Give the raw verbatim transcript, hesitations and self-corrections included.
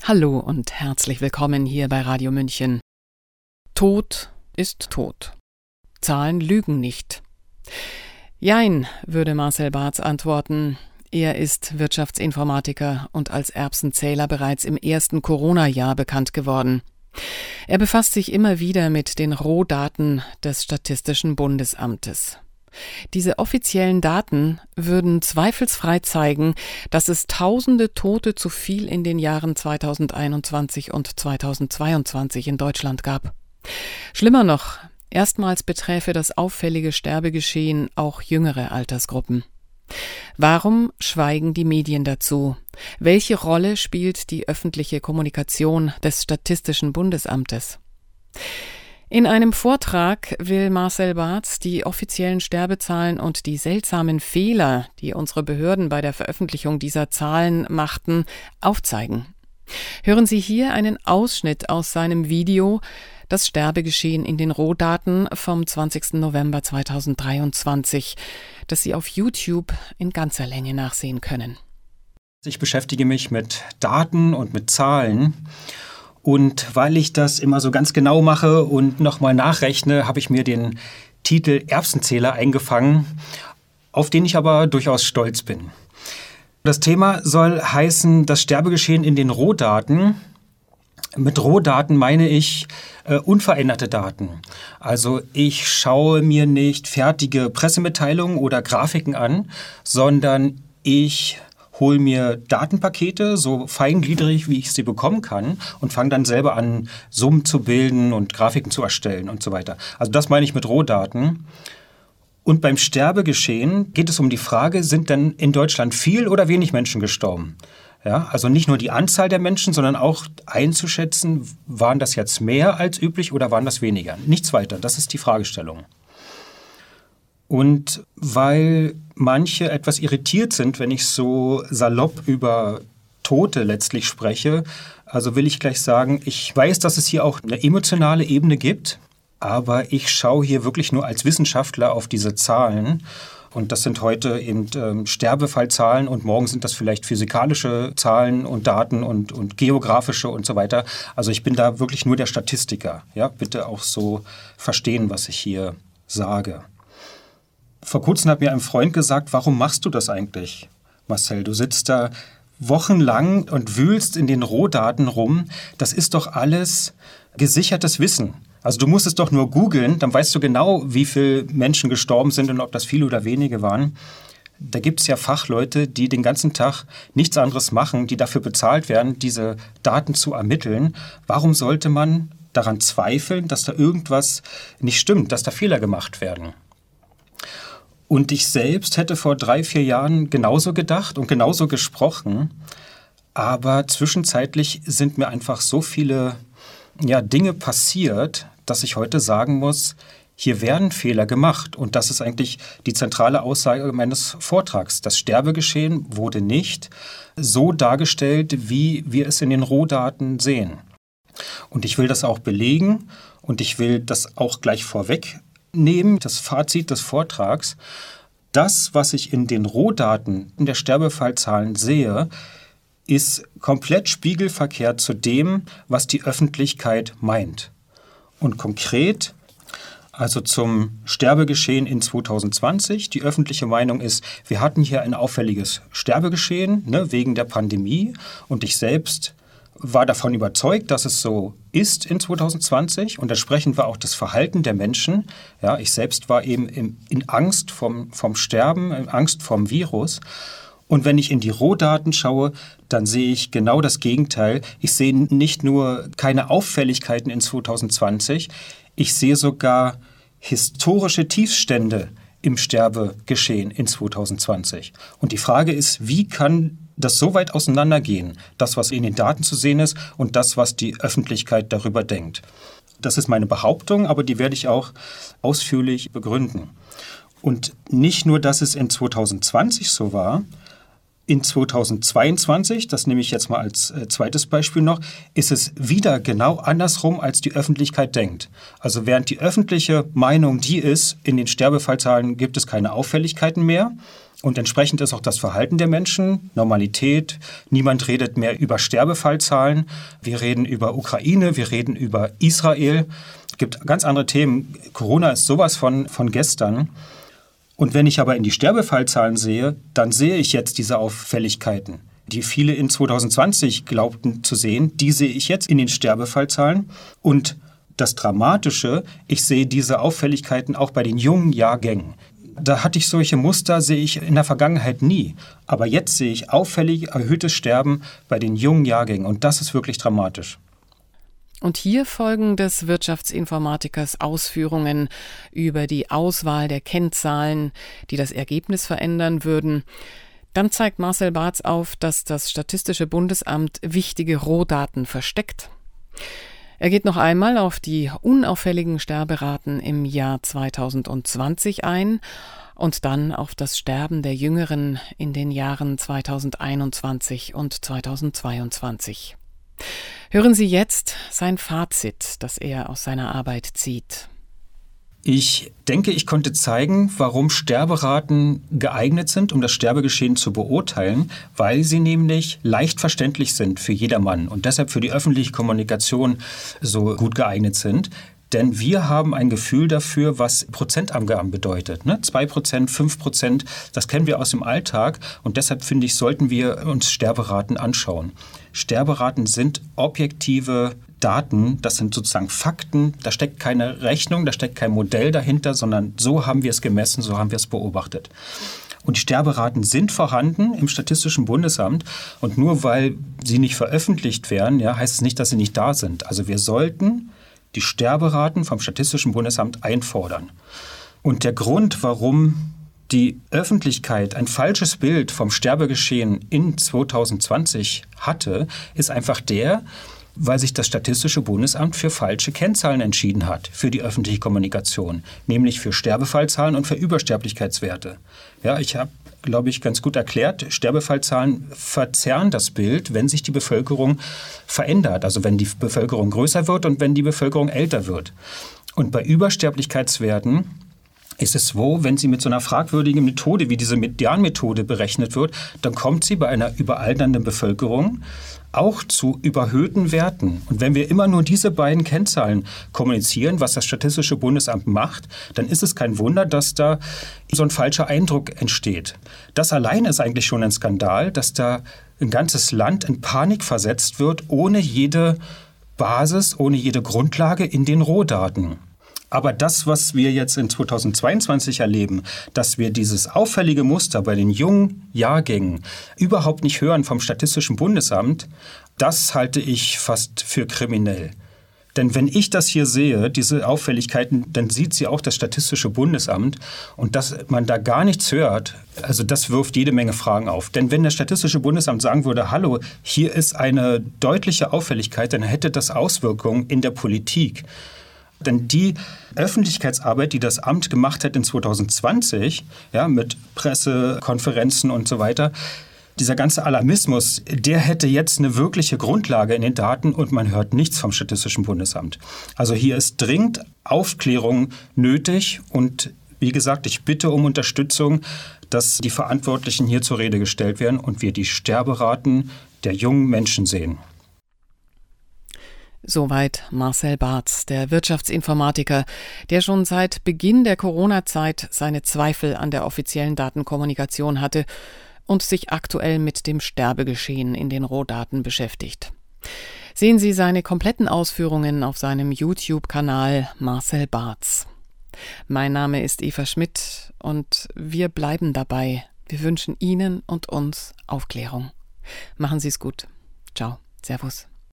Hallo und herzlich willkommen hier bei Radio München. Tod ist tot. Zahlen lügen nicht. Jein, würde Marcel Barth antworten. Er ist Wirtschaftsinformatiker und als Erbsenzähler bereits im ersten Corona-Jahr bekannt geworden. Er befasst sich immer wieder mit den Rohdaten des Statistischen Bundesamtes. Diese offiziellen Daten würden zweifelsfrei zeigen, dass es tausende Tote zu viel in den Jahren zweitausendeinundzwanzig und zweitausendzweiundzwanzig in Deutschland gab. Schlimmer noch, erstmals beträfe das auffällige Sterbegeschehen auch jüngere Altersgruppen. Warum schweigen die Medien dazu? Welche Rolle spielt die öffentliche Kommunikation des Statistischen Bundesamtes? In einem Vortrag will Marcel Barth die offiziellen Sterbezahlen und die seltsamen Fehler, die unsere Behörden bei der Veröffentlichung dieser Zahlen machten, aufzeigen. Hören Sie hier einen Ausschnitt aus seinem Video Das Sterbegeschehen in den Rohdaten vom zwanzigsten November zweitausenddreiundzwanzig, das Sie auf YouTube in ganzer Länge nachsehen können. Ich beschäftige mich mit Daten und mit Zahlen. Und weil ich das immer so ganz genau mache und nochmal nachrechne, habe ich mir den Titel Erbsenzähler eingefangen, auf den ich aber durchaus stolz bin. Das Thema soll heißen, das Sterbegeschehen in den Rohdaten. Mit Rohdaten meine ich äh, unveränderte Daten. Also ich schaue mir nicht fertige Pressemitteilungen oder Grafiken an, sondern ich hole mir Datenpakete, so feingliedrig, wie ich sie bekommen kann, und fange dann selber an, Summen zu bilden und Grafiken zu erstellen und so weiter. Also das meine ich mit Rohdaten. Und beim Sterbegeschehen geht es um die Frage, sind denn in Deutschland viel oder wenig Menschen gestorben? Ja, also nicht nur die Anzahl der Menschen, sondern auch einzuschätzen, waren das jetzt mehr als üblich oder waren das weniger? Nichts weiter, das ist die Fragestellung. Und weil manche etwas irritiert sind, wenn ich so salopp über Tote letztlich spreche, also will ich gleich sagen, ich weiß, dass es hier auch eine emotionale Ebene gibt, aber ich schaue hier wirklich nur als Wissenschaftler auf diese Zahlen. Und das sind heute eben ähm, Sterbefallzahlen und morgen sind das vielleicht physikalische Zahlen und Daten und, und geografische und so weiter. Also ich bin da wirklich nur der Statistiker. Ja, bitte auch so verstehen, was ich hier sage. Vor kurzem hat mir ein Freund gesagt, warum machst du das eigentlich, Marcel? Du sitzt da wochenlang und wühlst in den Rohdaten rum. Das ist doch alles gesichertes Wissen. Also du musst es doch nur googeln, dann weißt du genau, wie viele Menschen gestorben sind und ob das viele oder wenige waren. Da gibt es ja Fachleute, die den ganzen Tag nichts anderes machen, die dafür bezahlt werden, diese Daten zu ermitteln. Warum sollte man daran zweifeln, dass da irgendwas nicht stimmt, dass da Fehler gemacht werden? Und ich selbst hätte vor drei, vier Jahren genauso gedacht und genauso gesprochen. Aber zwischenzeitlich sind mir einfach so viele ja, Dinge passiert, dass ich heute sagen muss, hier werden Fehler gemacht. Und das ist eigentlich die zentrale Aussage meines Vortrags. Das Sterbegeschehen wurde nicht so dargestellt, wie wir es in den Rohdaten sehen. Und ich will das auch belegen und ich will das auch gleich vorweg nehmen, das Fazit des Vortrags. Das, was ich in den Rohdaten in der Sterbefallzahlen sehe, ist komplett spiegelverkehrt zu dem, was die Öffentlichkeit meint. Und konkret, also zum Sterbegeschehen in zweitausendzwanzig, die öffentliche Meinung ist, wir hatten hier ein auffälliges Sterbegeschehen, ne, wegen der Pandemie. Und ich selbst war davon überzeugt, dass es so ist in zweitausendzwanzig. Und entsprechend war auch das Verhalten der Menschen. Ja, ich selbst war eben in, in Angst vom, vom Sterben, in Angst vom Virus. Und wenn ich in die Rohdaten schaue, dann sehe ich genau das Gegenteil. Ich sehe nicht nur keine Auffälligkeiten in zweitausendzwanzig, ich sehe sogar historische Tiefstände im Sterbegeschehen in zweitausendzwanzig. Und die Frage ist, wie kann das so weit auseinandergehen, das, was in den Daten zu sehen ist und das, was die Öffentlichkeit darüber denkt. Das ist meine Behauptung, aber die werde ich auch ausführlich begründen. Und nicht nur, dass es in zweitausendzwanzig so war, In zweitausendzweiundzwanzig, das nehme ich jetzt mal als äh, zweites Beispiel noch, ist es wieder genau andersrum, als die Öffentlichkeit denkt. Also während die öffentliche Meinung die ist, in den Sterbefallzahlen gibt es keine Auffälligkeiten mehr und entsprechend ist auch das Verhalten der Menschen, Normalität, niemand redet mehr über Sterbefallzahlen, wir reden über Ukraine, wir reden über Israel, es gibt ganz andere Themen. Corona ist sowas von, von gestern. Und wenn ich aber in die Sterbefallzahlen sehe, dann sehe ich jetzt diese Auffälligkeiten, die viele in zweitausendzwanzig glaubten zu sehen, die sehe ich jetzt in den Sterbefallzahlen. Und das Dramatische, ich sehe diese Auffälligkeiten auch bei den jungen Jahrgängen. Da hatte ich solche Muster, sehe ich in der Vergangenheit nie. Aber jetzt sehe ich auffällig erhöhtes Sterben bei den jungen Jahrgängen. Und das ist wirklich dramatisch. Und hier folgen des Wirtschaftsinformatikers Ausführungen über die Auswahl der Kennzahlen, die das Ergebnis verändern würden. Dann zeigt Marcel Barz auf, dass das Statistische Bundesamt wichtige Rohdaten versteckt. Er geht noch einmal auf die unauffälligen Sterberaten im Jahr zweitausendzwanzig ein und dann auf das Sterben der Jüngeren in den Jahren zweitausendeinundzwanzig und zweitausendzweiundzwanzig. Hören Sie jetzt sein Fazit, das er aus seiner Arbeit zieht. Ich denke, ich konnte zeigen, warum Sterberaten geeignet sind, um das Sterbegeschehen zu beurteilen, weil sie nämlich leicht verständlich sind für jedermann und deshalb für die öffentliche Kommunikation so gut geeignet sind. Denn wir haben ein Gefühl dafür, was Prozentangaben bedeutet. Ne? zwei Prozent, fünf Prozent, das kennen wir aus dem Alltag. Und deshalb, finde ich, sollten wir uns Sterberaten anschauen. Sterberaten sind objektive Daten, das sind sozusagen Fakten. Da steckt keine Rechnung, da steckt kein Modell dahinter, sondern so haben wir es gemessen, so haben wir es beobachtet. Und die Sterberaten sind vorhanden im Statistischen Bundesamt. Und nur weil sie nicht veröffentlicht werden, ja, heißt es nicht, dass sie nicht da sind. Also wir sollten die Sterberaten vom Statistischen Bundesamt einfordern. Und der Grund, warum die Öffentlichkeit ein falsches Bild vom Sterbegeschehen in zweitausendzwanzig hatte, ist einfach der, weil sich das Statistische Bundesamt für falsche Kennzahlen entschieden hat, für die öffentliche Kommunikation, nämlich für Sterbefallzahlen und für Übersterblichkeitswerte. Ja, ich habe, glaube ich, ganz gut erklärt, Sterbefallzahlen verzerren das Bild, wenn sich die Bevölkerung verändert, also wenn die Bevölkerung größer wird und wenn die Bevölkerung älter wird. Und bei Übersterblichkeitswerten ist es so, wenn sie mit so einer fragwürdigen Methode wie diese Medianmethode berechnet wird, dann kommt sie bei einer überalternden Bevölkerung auch zu überhöhten Werten. Und wenn wir immer nur diese beiden Kennzahlen kommunizieren, was das Statistische Bundesamt macht, dann ist es kein Wunder, dass da so ein falscher Eindruck entsteht. Das allein ist eigentlich schon ein Skandal, dass da ein ganzes Land in Panik versetzt wird, ohne jede Basis, ohne jede Grundlage in den Rohdaten. Aber das, was wir jetzt in zweitausendzweiundzwanzig erleben, dass wir dieses auffällige Muster bei den jungen Jahrgängen überhaupt nicht hören vom Statistischen Bundesamt, das halte ich fast für kriminell. Denn wenn ich das hier sehe, diese Auffälligkeiten, dann sieht sie auch das Statistische Bundesamt. Und dass man da gar nichts hört, also das wirft jede Menge Fragen auf. Denn wenn das Statistische Bundesamt sagen würde, hallo, hier ist eine deutliche Auffälligkeit, dann hätte das Auswirkungen in der Politik. Denn die Öffentlichkeitsarbeit, die das Amt gemacht hat in zweitausendzwanzig, ja, mit Pressekonferenzen und so weiter, dieser ganze Alarmismus, der hätte jetzt eine wirkliche Grundlage in den Daten und man hört nichts vom Statistischen Bundesamt. Also hier ist dringend Aufklärung nötig und wie gesagt, ich bitte um Unterstützung, dass die Verantwortlichen hier zur Rede gestellt werden und wir die Sterberaten der jungen Menschen sehen. Soweit Marcel Barz, der Wirtschaftsinformatiker, der schon seit Beginn der Corona-Zeit seine Zweifel an der offiziellen Datenkommunikation hatte und sich aktuell mit dem Sterbegeschehen in den Rohdaten beschäftigt. Sehen Sie seine kompletten Ausführungen auf seinem YouTube-Kanal Marcel Barz. Mein Name ist Eva Schmidt und wir bleiben dabei. Wir wünschen Ihnen und uns Aufklärung. Machen Sie es gut. Ciao. Servus.